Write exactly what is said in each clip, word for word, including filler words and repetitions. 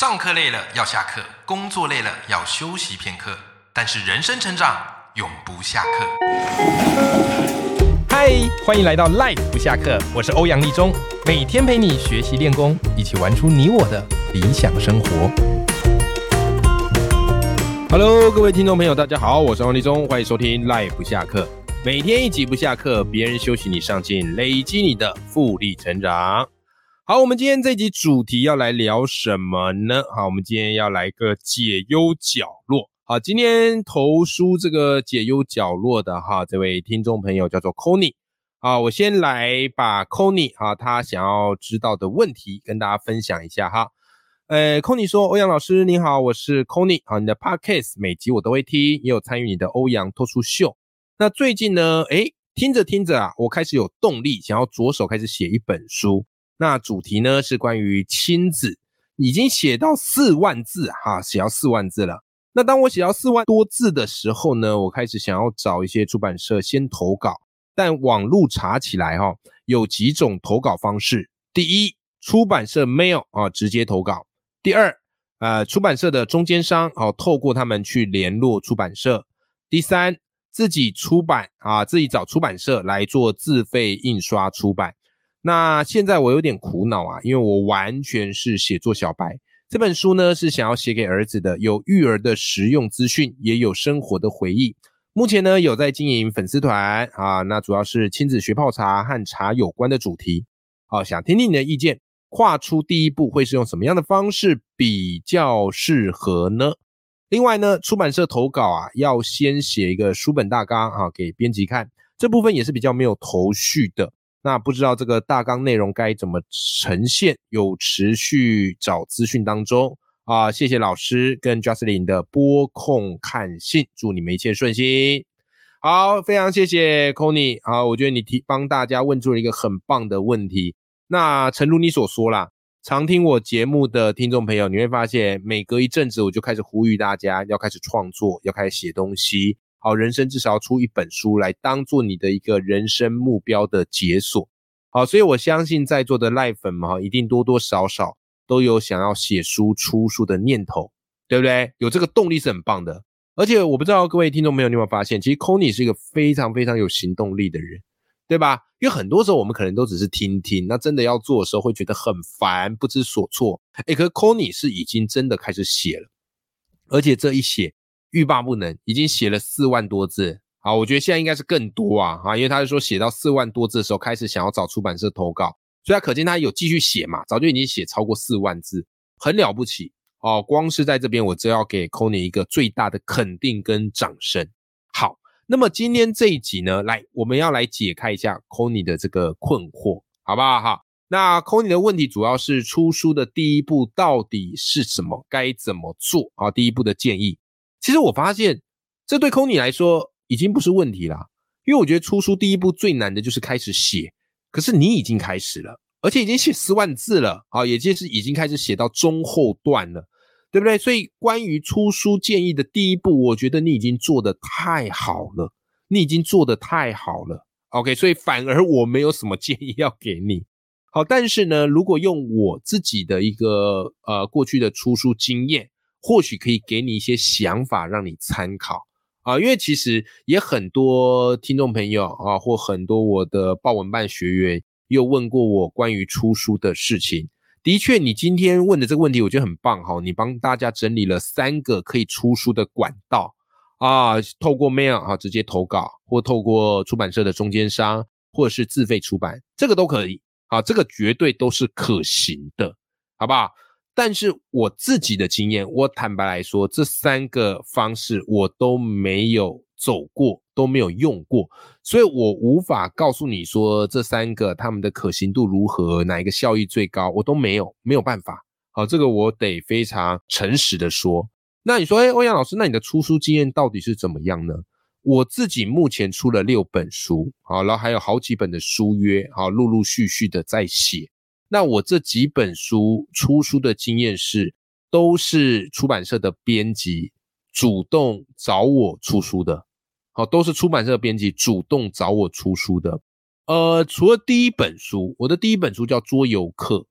上课累了要下课，工作累了要休息片刻，但是人生成长永不下课。嗨，欢迎来到 Life 不下课，我是欧阳立中，每天陪你学习练功，一起玩出你我的理想生活。Hello， 各位听众朋友，大家好，我是欧阳立中，欢迎收听 Life 不下课。每天一集不下课，别人休息你上进，累积你的复利成长。好，我们今天这集主题要来聊什么呢？好，我们今天要来个解忧角落。好，今天投书这个解忧角落的哈，这位听众朋友叫做 Connie。好，我先来把 Connie 哈他想要知道的问题跟大家分享一下哈。呃 Connie 说，欧阳老师你好，我是 Connie。好，你的 Podcast 每集我都会听，也有参与你的欧阳脱书秀。那最近呢，诶，听着听着啊，我开始有动力想要着手开始写一本书。那主题呢是关于亲子，已经写到四万字哈，写到四万字了。那当我写到四万多字的时候呢，我开始想要找一些出版社先投稿，但网路查起来哈、哦，有几种投稿方式。第一，出版社 mail 啊直接投稿；第二，呃，出版社的中间商哦，透过他们去联络出版社；第三，自己出版啊，自己找出版社来做自费印刷出版。那现在我有点苦恼啊，因为我完全是写作小白。这本书呢是想要写给儿子的，有育儿的实用资讯，也有生活的回忆。目前呢有在经营粉丝团啊，那主要是亲子学泡茶和茶有关的主题。好，想听听你的意见，跨出第一步会是用什么样的方式比较适合呢？另外呢，出版社投稿啊，要先写一个书本大纲啊给编辑看，这部分也是比较没有头绪的。那不知道这个大纲内容该怎么呈现，有持续找资讯当中啊，谢谢老师跟 Jocelyn 的拨空看信，祝你们一切顺心。好，非常谢谢 Connie。好，我觉得你提帮大家问出了一个很棒的问题。那诚如你所说啦，常听我节目的听众朋友，你会发现每隔一阵子我就开始呼吁大家要开始创作，要开始写东西。好，人生至少要出一本书来当做你的一个人生目标的解锁。好，所以我相信在座的赖粉们一定多多少少都有想要写书出书的念头，对不对？有这个动力是很棒的。而且我不知道各位听众朋友你有没有发现，其实 Connie 是一个非常非常有行动力的人，对吧？因为很多时候我们可能都只是听听，那真的要做的时候会觉得很烦，不知所措。诶，可是 Connie 是已经真的开始写了，而且这一写欲罢不能，已经写了四万多字。好，我觉得现在应该是更多啊，啊，因为他是说写到四万多字的时候开始想要找出版社投稿，所以他可见他有继续写嘛，早就已经写超过四万字，很了不起哦。光是在这边我就要给 Connie 一个最大的肯定跟掌声。好，那么今天这一集呢，来我们要来解开一下 Connie 的这个困惑，好不好？好，那 Connie 的问题主要是出书的第一步到底是什么，该怎么做啊？第一步的建议。其实我发现这对 Connie 来说已经不是问题啦，因为我觉得出书第一步最难的就是开始写，可是你已经开始了，而且已经写四万字了，好，也就是已经开始写到中后段了，对不对？所以关于出书建议的第一步，我觉得你已经做得太好了，你已经做得太好了 OK， 所以反而我没有什么建议要给你。好，但是呢，如果用我自己的一个呃过去的出书经验，或许可以给你一些想法让你参考啊，因为其实也很多听众朋友啊，或很多我的报文办学员也有问过我关于出书的事情。的确，你今天问的这个问题我觉得很棒哈，你帮大家整理了三个可以出书的管道啊，透过 mail 啊直接投稿，或透过出版社的中间商，或者是自费出版，这个都可以啊，这个绝对都是可行的，好不好？但是我自己的经验，我坦白来说，这三个方式我都没有走过，都没有用过，所以我无法告诉你说这三个他们的可行度如何，哪一个效益最高，我都没有，没有办法。好，这个我得非常诚实的说。那你说，诶，欧阳老师，那你的出书经验到底是怎么样呢？我自己目前出了六本书，好，然后还有好几本的书约，好，陆陆续续的在写。那我这几本书出书的经验是，都是出版社的编辑主动找我出书的，好，都是出版社的编辑主动找我出书的。呃，除了第一本书，我的第一本书叫桌游课，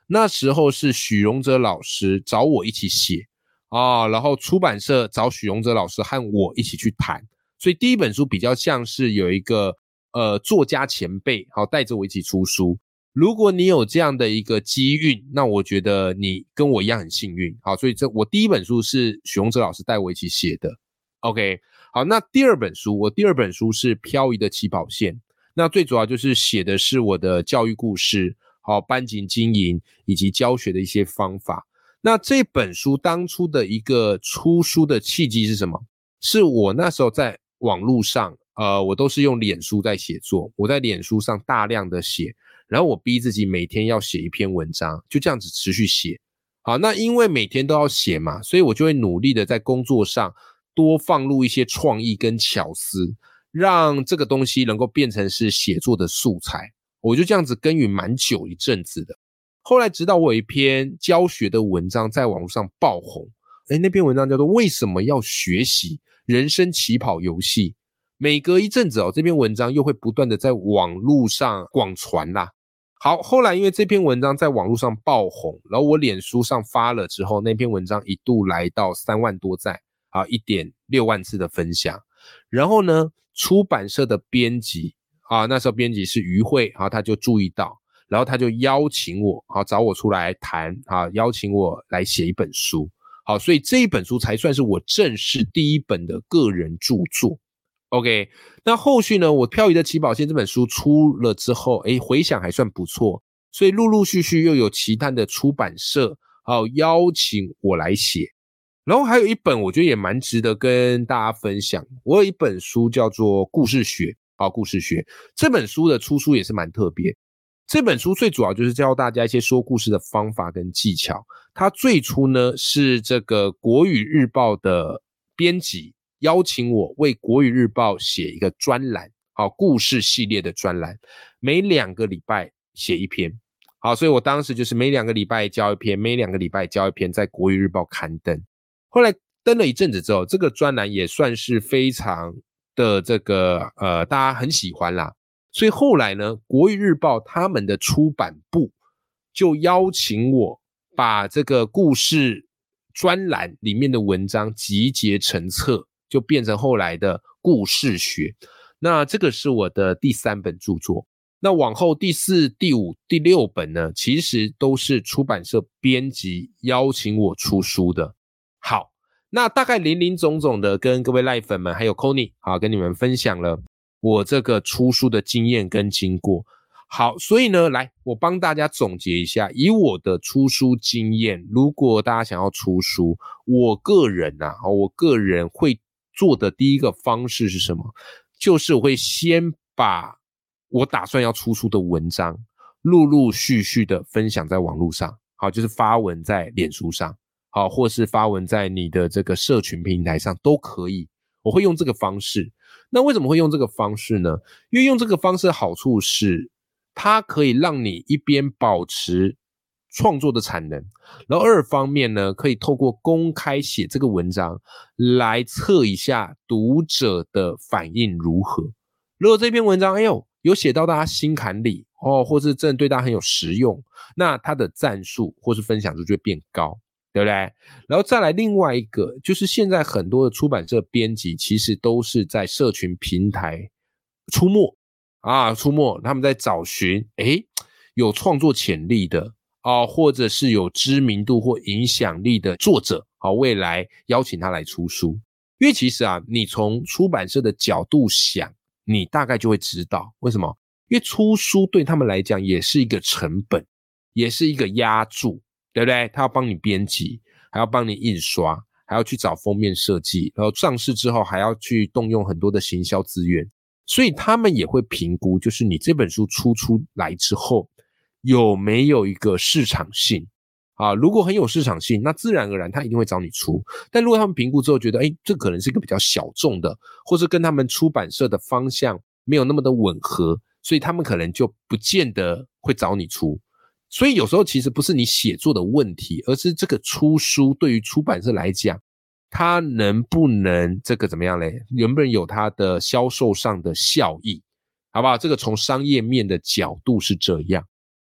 那时候是许荣哲老师找我一起写啊，然后出版社找许荣哲老师和我一起去谈，所以第一本书比较像是有一个呃作家前辈好带着我一起出书。如果你有这样的一个机运，那我觉得你跟我一样很幸运。好，所以这我第一本书是许荣哲老师带我一起写的。OK， 好，那第二本书，我第二本书是漂移的起跑线。那最主要就是写的是我的教育故事，好，班级经营以及教学的一些方法。那这本书当初的一个出书的契机是什么？是我那时候在网络上，呃，我都是用脸书在写作，我在脸书上大量的写。然后我逼自己每天要写一篇文章，就这样子持续写。好，那因为每天都要写嘛，所以我就会努力的在工作上多放入一些创意跟巧思，让这个东西能够变成是写作的素材。我就这样子耕耘蛮久一阵子的。后来直到我有一篇教学的文章在网络上爆红，诶，那篇文章叫做为什么要学习人生起跑游戏。每隔一阵子哦，这篇文章又会不断的在网络上广传啦。好，后来因为这篇文章在网络上爆红，然后我脸书上发了之后，那篇文章一度来到三万多赞啊 一点六万次的分享。然后呢，出版社的编辑啊，那时候编辑是于慧啊，他就注意到，然后他就邀请我啊，找我出来谈啊，邀请我来写一本书。好，所以这一本书才算是我正式第一本的个人著作。OK， 那后续呢，我漂移的起跑线这本书出了之后，诶，回响还算不错，所以陆陆续续又有其他的出版社好邀请我来写。然后还有一本我觉得也蛮值得跟大家分享，我有一本书叫做故事学好，故事学这本书的出书也是蛮特别。这本书最主要就是教大家一些说故事的方法跟技巧。它最初呢是这个国语日报的编辑邀请我为国语日报写一个专栏，好，故事系列的专栏，每两个礼拜写一篇。好，所以我当时就是每两个礼拜交一篇，每两个礼拜交一篇，在国语日报刊登。后来登了一阵子之后，这个专栏也算是非常的这个呃大家很喜欢啦。所以后来呢，国语日报他们的出版部就邀请我把这个故事专栏里面的文章集结成册，就变成后来的故事学。那这个是我的第三本著作。那往后第四、第五、第六本呢，其实都是出版社编辑邀请我出书的。好，那大概林林总总的跟各位赖粉们还有 Connie 好跟你们分享了我这个出书的经验跟经过。好，所以呢，来我帮大家总结一下，以我的出书经验，如果大家想要出书，我个人啊，我个人会做的第一个方式是什么？就是我会先把我打算要出书的文章陆陆续续的分享在网络上，好，就是发文在脸书上，好，或是发文在你的这个社群平台上都可以。我会用这个方式。那为什么会用这个方式呢？因为用这个方式的好处是它可以让你一边保持创作的产能，然后二方面呢，可以透过公开写这个文章来测一下读者的反应如何。如果这篇文章哎呦有写到大家心坎里哦，或是真的对大家很有实用，那它的赞数或是分享数就会变高，对不对？然后再来另外一个，就是现在很多的出版社编辑其实都是在社群平台出没啊，出没，他们在找寻诶有创作潜力的啊，或者是有知名度或影响力的作者啊，未来邀请他来出书。因为其实啊，你从出版社的角度想，你大概就会知道为什么？因为出书对他们来讲也是一个成本，也是一个押注，对不对？他要帮你编辑，还要帮你印刷，还要去找封面设计，然后上市之后还要去动用很多的行销资源，所以他们也会评估，就是你这本书出出来之后有没有一个市场性啊？如果很有市场性，那自然而然他一定会找你出。但如果他们评估之后觉得，诶，这可能是一个比较小众的，或是跟他们出版社的方向没有那么的吻合，所以他们可能就不见得会找你出。所以有时候其实不是你写作的问题，而是这个出书对于出版社来讲，它能不能这个怎么样嘞？能不能有它的销售上的效益，好不好？这个从商业面的角度是这样。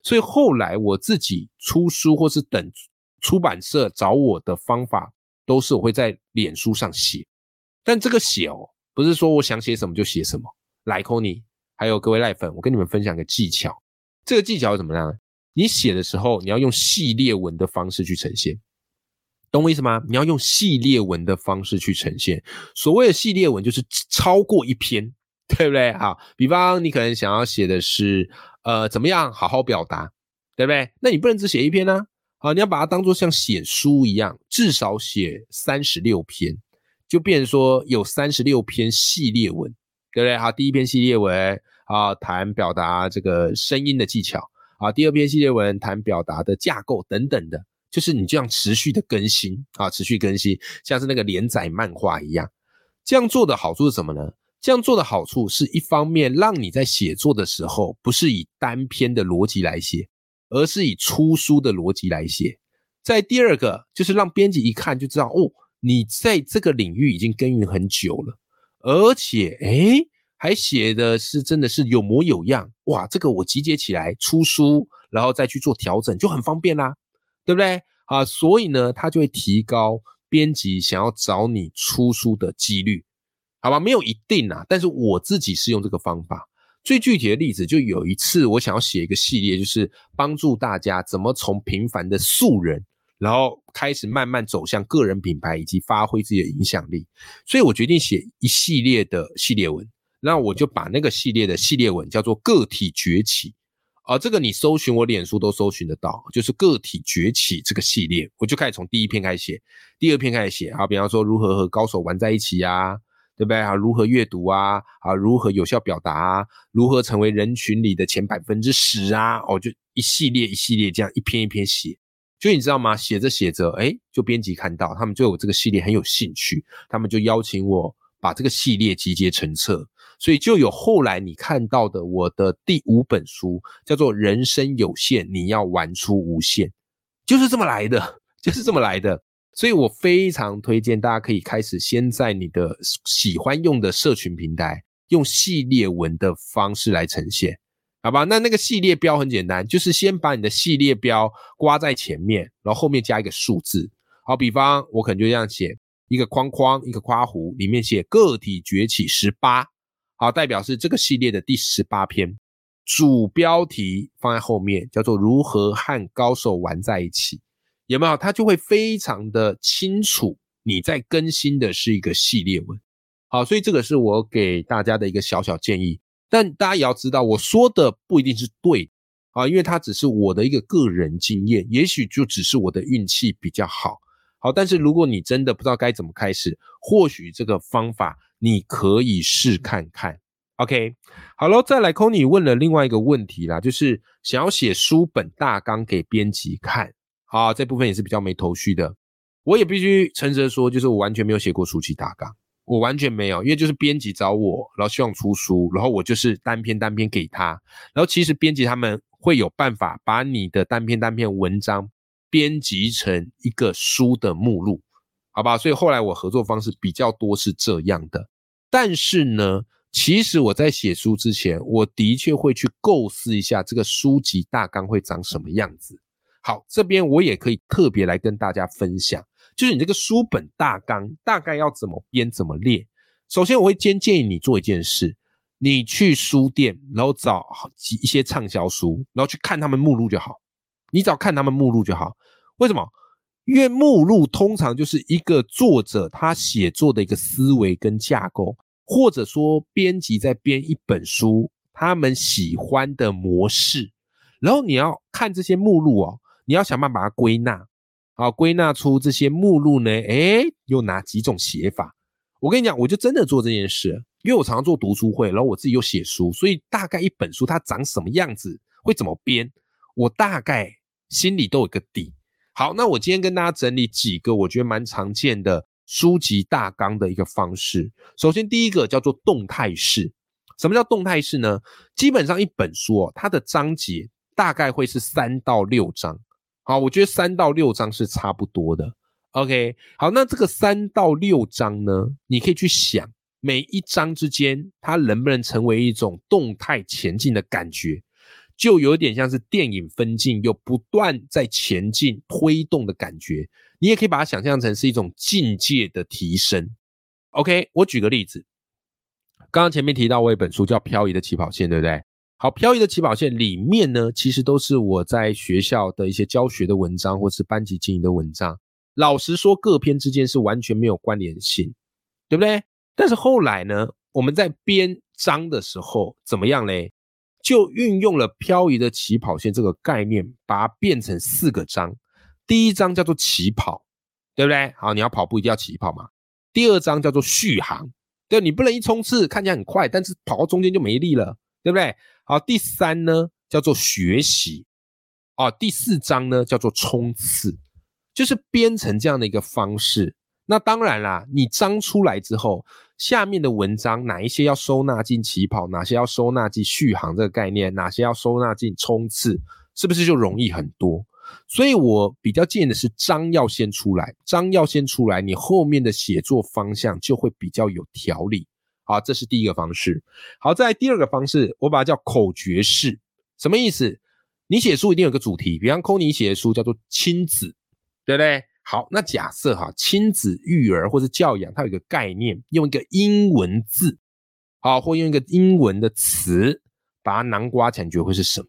所以后来我自己出书或是等出版社找我的方法，都是我会在脸书上写。但这个写哦，不是说我想写什么就写什么。来 Conny 还有各位赖粉，我跟你们分享个技巧。这个技巧是怎么样呢？你写的时候你要用系列文的方式去呈现，懂我意思吗？你要用系列文的方式去呈现。所谓的系列文就是超过一篇，对不对？好，比方你可能想要写的是呃怎么样好好表达，对不对？那你不能只写一篇啊，好，你要把它当作像写书一样，至少写三十六篇，就变成说有三十六篇系列文，对不对？好，第一篇系列文啊，谈表达这个声音的技巧啊，第二篇系列文谈表达的架构等等的，就是你这样持续的更新啊，持续更新，像是那个连载漫画一样。这样做的好处是什么呢？这样做的好处是一方面让你在写作的时候不是以单篇的逻辑来写，而是以出书的逻辑来写。再第二个就是让编辑一看就知道，哦，你在这个领域已经耕耘很久了，而且诶还写的是真的是有模有样，哇，这个我集结起来出书，然后再去做调整就很方便啦，对不对？啊，所以呢，它就会提高编辑想要找你出书的几率，好吧？没有一定啊，但是我自己是用这个方法。最具体的例子就有一次我想要写一个系列，就是帮助大家怎么从平凡的素人，然后开始慢慢走向个人品牌以及发挥自己的影响力，所以我决定写一系列的系列文。那我就把那个系列的系列文叫做个体崛起啊，这个你搜寻我脸书都搜寻得到，就是个体崛起这个系列，我就开始从第一篇开始写，第二篇开始写啊，比方说如何和高手玩在一起啊，对不对啊？如何阅读啊？啊，如何有效表达啊？如何成为人群里的前百分之十啊？哦，就一系列一系列这样一篇一篇写，就你知道吗？写着写着，哎，就编辑看到，他们对我这个系列很有兴趣，他们就邀请我把这个系列集结成册。所以就有后来你看到的我的第五本书，叫做人生有限，你要玩出无限，就是这么来的，就是这么来的。所以我非常推荐大家可以开始先在你的喜欢用的社群平台用系列文的方式来呈现，好吧？那那个系列标很简单，就是先把你的系列标挂在前面，然后后面加一个数字。好，比方我可能就这样写，一个框框一个括弧，里面写个体崛起十八，好，代表是这个系列的第十八篇，主标题放在后面，叫做如何和高手玩在一起，有没有？它就会非常的清楚你在更新的是一个系列文。好，所以这个是我给大家的一个小小建议，但大家也要知道我说的不一定是对啊，因为它只是我的一个个人经验，也许就只是我的运气比较好。好，但是如果你真的不知道该怎么开始，或许这个方法你可以试看看。 OK， 好了，再来 Conny 问了另外一个问题啦，就是想要写书本大纲给编辑看。好，这部分也是比较没头绪的。我也必须诚实的说，就是我完全没有写过书籍大纲，我完全没有，因为就是编辑找我，然后希望出书，然后我就是单篇单篇给他，然后其实编辑他们会有办法把你的单篇单篇文章编辑成一个书的目录，好吧？所以后来我合作方式比较多是这样的。但是呢，其实我在写书之前，我的确会去构思一下这个书籍大纲会长什么样子。好，这边我也可以特别来跟大家分享，就是你这个书本大纲大概要怎么编怎么列。首先我会先建议你做一件事，你去书店然后找一些畅销书，然后去看他们目录就好，你只要看他们目录就好。为什么？因为目录通常就是一个作者他写作的一个思维跟架构，或者说编辑在编一本书他们喜欢的模式，然后你要看这些目录哦，你要想办法把它归纳，好，归纳出这些目录呢，诶，有哪几种写法。我跟你讲，我就真的做这件事，因为我常常做读书会，然后我自己又写书，所以大概一本书它长什么样子，会怎么编，我大概心里都有个底。好，那我今天跟大家整理几个我觉得蛮常见的书籍大纲的一个方式。首先第一个叫做动态式。什么叫动态式呢？基本上一本书哦，它的章节大概会是三到六章。好，我觉得三到六章是差不多的。OK， 好，那这个三到六章呢，你可以去想每一章之间它能不能成为一种动态前进的感觉。 就有点像是电影分镜又不断在前进推动的感觉，你也可以把它想象成是一种境界的提升。 OK， 我举个例子，刚刚前面提到我有一本书叫《漂移的起跑线》，对不对？好，《漂移的起跑线》里面呢，其实都是我在学校的一些教学的文章或是班级经营的文章，老实说各篇之间是完全没有关联性，对不对？但是后来呢，我们在编章的时候怎么样嘞？就运用了漂移的起跑线这个概念，把它变成四个章。第一章叫做起跑，对不对？好，你要跑步一定要起跑嘛。第二章叫做续航，对，你不能一冲刺看起来很快，但是跑到中间就没力了，对不对？好，第三呢叫做学习，哦，第四章呢叫做冲刺，就是编成这样的一个方式。那当然啦，你章出来之后，下面的文章哪一些要收纳进起跑，哪些要收纳进续航这个概念，哪些要收纳进冲刺，是不是就容易很多？所以我比较建议的是章要先出来，章要先出来，你后面的写作方向就会比较有条理。好，这是第一个方式。好，再来第二个方式，我把它叫口诀式。什么意思？你写书一定有个主题，比方 Connie 写的书叫做亲子，对不对？好，那假设哈，亲子育儿或是教养，它有一个概念，用一个英文字，好，或用一个英文的词，把它囊括起来，你觉得会是什么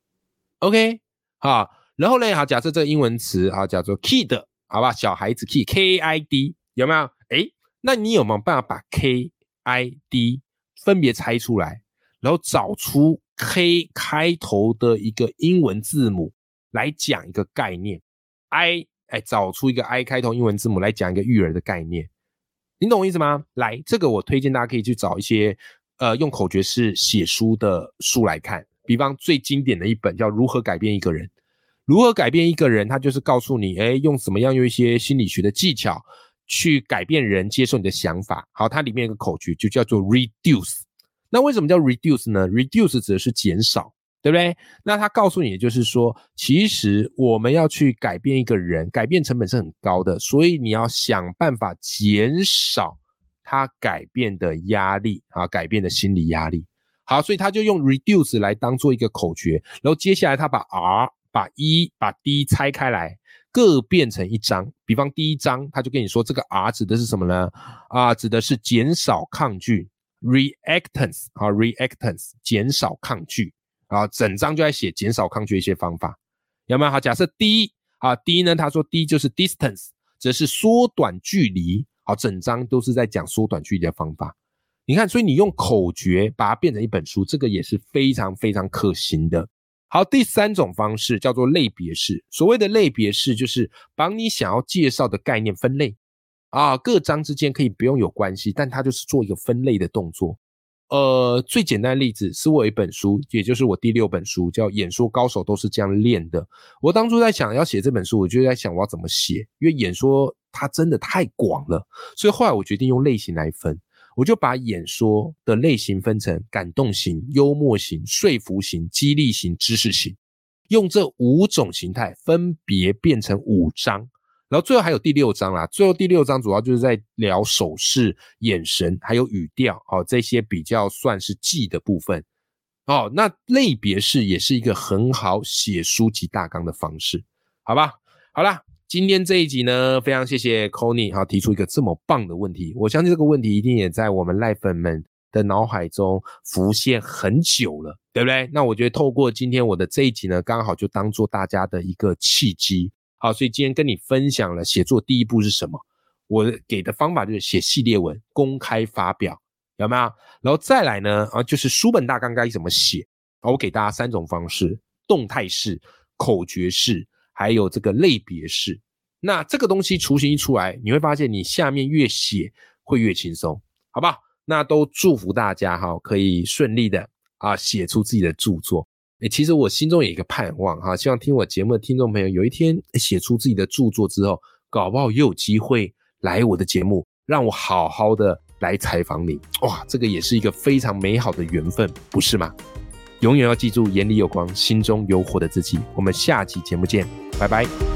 ？OK， 好，然后呢，好，假设这个英文词，好，叫做 kid， 好吧，小孩子 kid K I D， 有没有？诶，那你有没有办法把 K I D 分别拆出来，然后找出 K 开头的一个英文字母来讲一个概念 ，I。哎，找出一个 I 开头英文字母来讲一个育儿的概念，你懂我意思吗？来，这个我推荐大家可以去找一些呃用口诀式写书的书来看，比方最经典的一本叫《如何改变一个人》，如何改变一个人，它就是告诉你，哎，用怎么样用一些心理学的技巧去改变人接受你的想法。好，它里面有个口诀就叫做 reduce。那为什么叫 reduce 呢？ reduce 指的是减少，对不对？那他告诉你就是说，其实我们要去改变一个人，改变成本是很高的，所以你要想办法减少他改变的压力啊，改变的心理压力。好，所以他就用 reduce 来当做一个口诀，然后接下来他把 R、把 E、把 D 拆开来，各变成一章。比方第一章，他就跟你说这个 R 指的是什么呢？啊，指的是减少抗拒 ，reactance 啊 ，reactance 减少抗拒。啊，整章就在写减少抗拒的一些方法，有没有？好，假设 D 啊 ，D 呢，他说 D 就是 distance， 则是缩短距离。好，整章都是在讲缩短距离的方法。你看，所以你用口诀把它变成一本书，这个也是非常非常可行的。好，第三种方式叫做类别式。所谓的类别式，就是把你想要介绍的概念分类啊，各章之间可以不用有关系，但它就是做一个分类的动作。呃，最简单的例子是我有一本书，也就是我第六本书，叫《演说高手都是这样练的》。我当初在想要写这本书，我就在想我要怎么写，因为演说它真的太广了，所以后来我决定用类型来分。我就把演说的类型分成感动型、幽默型、说服型、激励型、知识型，用这五种形态分别变成五章。然后最后还有第六章啦，最后第六章主要就是在聊手势、眼神还有语调，哦，这些比较算是记的部分。哦，那类别式也是一个很好写书籍大纲的方式，好吧？好啦，今天这一集呢，非常谢谢 Connie 哈提出一个这么棒的问题，我相信这个问题一定也在我们赖粉们的脑海中浮现很久了，对不对？那我觉得透过今天我的这一集呢，刚好就当做大家的一个契机。好，所以今天跟你分享了写作第一步是什么，我给的方法就是写系列文，公开发表，有没有？然后再来呢，啊，就是书本大纲该怎么写，我给大家三种方式：动态式、口诀式，还有这个类别式。那这个东西雏形一出来，你会发现你下面越写会越轻松，好不好？那都祝福大家哈，可以顺利的啊写出自己的著作。欸、其实我心中有一个盼望哈，希望听我节目的听众朋友有一天写出自己的著作之后，搞不好也有机会来我的节目，让我好好的来采访你。哇，这个也是一个非常美好的缘分，不是吗？永远要记住，眼里有光，心中有火的自己。我们下期节目见，拜拜。